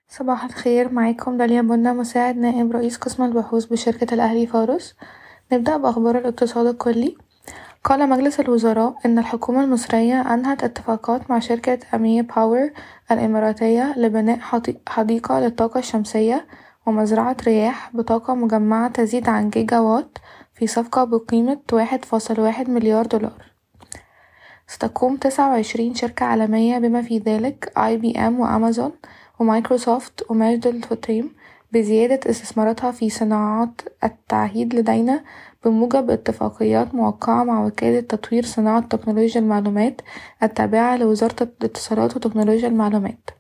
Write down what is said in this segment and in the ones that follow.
صباح الخير، معاكم داليا بنا، مساعد نائب رئيس قسم البحوث بشركة الأهلي فارس. نبدأ بأخبار الاقتصاد الكلي. قال مجلس الوزراء إن الحكومة المصرية أنهت اتفاقات مع شركة أمية باور الإماراتية لبناء حديقة للطاقة الشمسية ومزرعة رياح بطاقة مجمعة تزيد عن جيجا وات في صفقة بقيمة 1.1 مليار دولار. ستقوم 29 شركة عالمية بما في ذلك IBM وأمازون ومايكروسوفت وماجد الفطيم بزيادة استثماراتها في صناعات التعهيد لدينا بموجب اتفاقيات موقعة مع وكالة تطوير صناعة تكنولوجيا المعلومات التابعة لوزارة الاتصالات وتكنولوجيا المعلومات.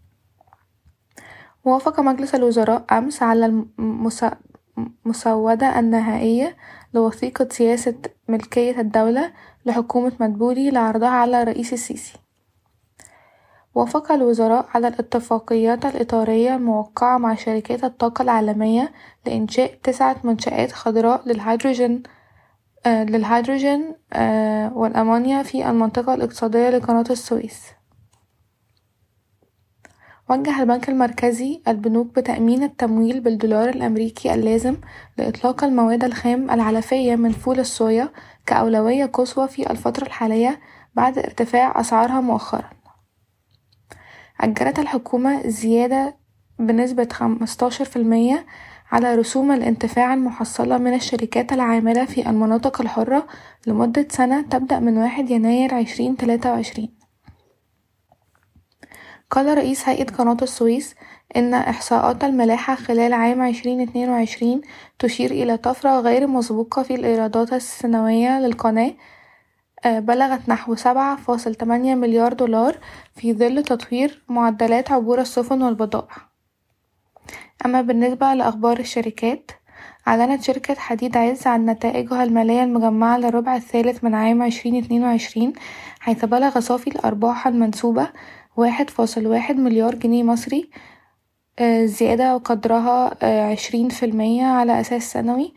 وافق مجلس الوزراء أمس على المسودة النهائية لوثيقة سياسة ملكية الدولة لحكومة مدبولي لعرضها على الرئيس السيسي. وافق الوزراء على الاتفاقيات الإطارية الموقعة مع شركات الطاقة العالمية لإنشاء 9 منشآت خضراء للهيدروجين والأمونيا في المنطقة الاقتصادية لقناة السويس. وجه البنك المركزي البنوك بتأمين التمويل بالدولار الأمريكي اللازم لإطلاق المواد الخام العلفية من فول الصويا كأولوية قصوى في الفترة الحالية بعد ارتفاع أسعارها مؤخرا. أجلت الحكومة زيادة بنسبة 15% على رسوم الانتفاع المحصلة من الشركات العاملة في المناطق الحرة لمدة سنة تبدأ من 1 يناير 2023. قال رئيس هيئة قناة السويس إن إحصاءات الملاحة خلال عام 2022 تشير إلى طفرة غير مسبوقة في الإيرادات السنوية للقناة بلغت نحو 7.8 مليار دولار في ظل تطوير معدلات عبور السفن والبضائع. أما بالنسبة لأخبار الشركات، أعلنت شركة حديد عز عن نتائجها المالية المجمعة للربع الثالث من عام 2022 حيث بلغ صافي الأرباح المنسوبة 1.1 مليار جنيه مصري، زيادة قدرها 20% على أساس سنوي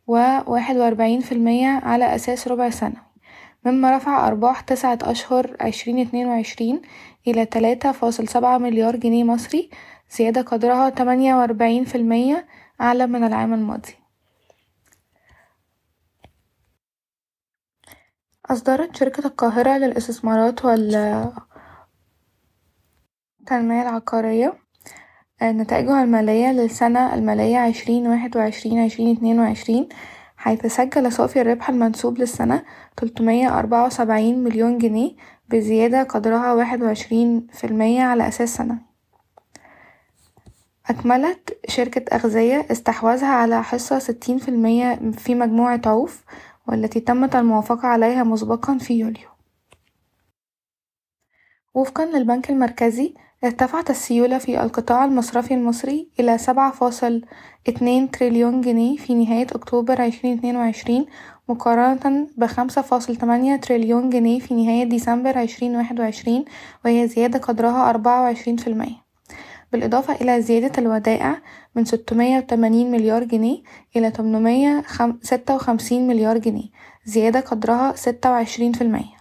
و41% على أساس ربع سنوي، مما رفع أرباح 9 أشهر 2022 إلى 3.7 مليار جنيه مصري، زيادة قدرها 48% أعلى من العام الماضي. أصدرت شركة القاهرة للاستثمارات والتنمية العقارية نتائجها المالية للسنة المالية 2021-2022 حيث سجل صافي الربح المنسوب للسنة 374 مليون جنيه بزيادة قدرها 21% على أساس سنوي. أكملت شركة أغذية استحواذها على حصة 60% في مجموعة عوف والتي تمت الموافقة عليها مسبقا في يوليو. وفقا للبنك المركزي ارتفعت السيولة في القطاع المصرفي المصري إلى 7.2 تريليون جنيه في نهاية أكتوبر 2022 مقارنة ب5.8 تريليون جنيه في نهاية ديسمبر 2021، وهي زيادة قدرها 24%، بالإضافة إلى زيادة الودائع من 680 مليار جنيه إلى 856 مليار جنيه، زيادة قدرها 26%.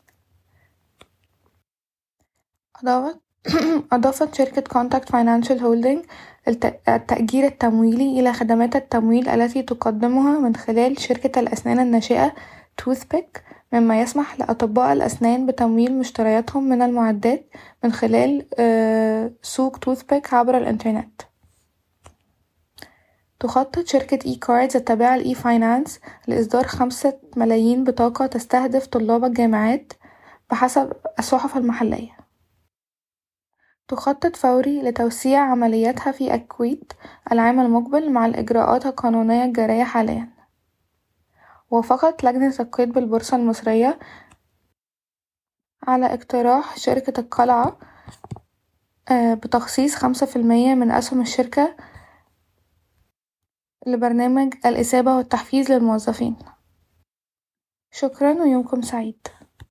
أضافت شركة كونتاكت فاينانشال هولدنج التأجير التمويلي إلى خدمات التمويل التي تقدمها من خلال شركة الأسنان الناشئة توثبيك، مما يسمح لأطباء الأسنان بتمويل مشترياتهم من المعدات من خلال سوق توثبيك عبر الإنترنت. تخطط شركة إي-كاردز التابعة لإي فاينانس لإصدار 5 ملايين بطاقة تستهدف طلاب الجامعات بحسب الصحف المحلية. تخطط فوري لتوسيع عملياتها في الكويت العام المقبل مع الإجراءات القانونية الجارية حاليا. وافقت لجنة القيد بالبورصة المصرية على اقتراح شركة القلعة بتخصيص 5% من أسهم الشركة لبرنامج الإثابة والتحفيز للموظفين. شكرا ويومكم سعيد.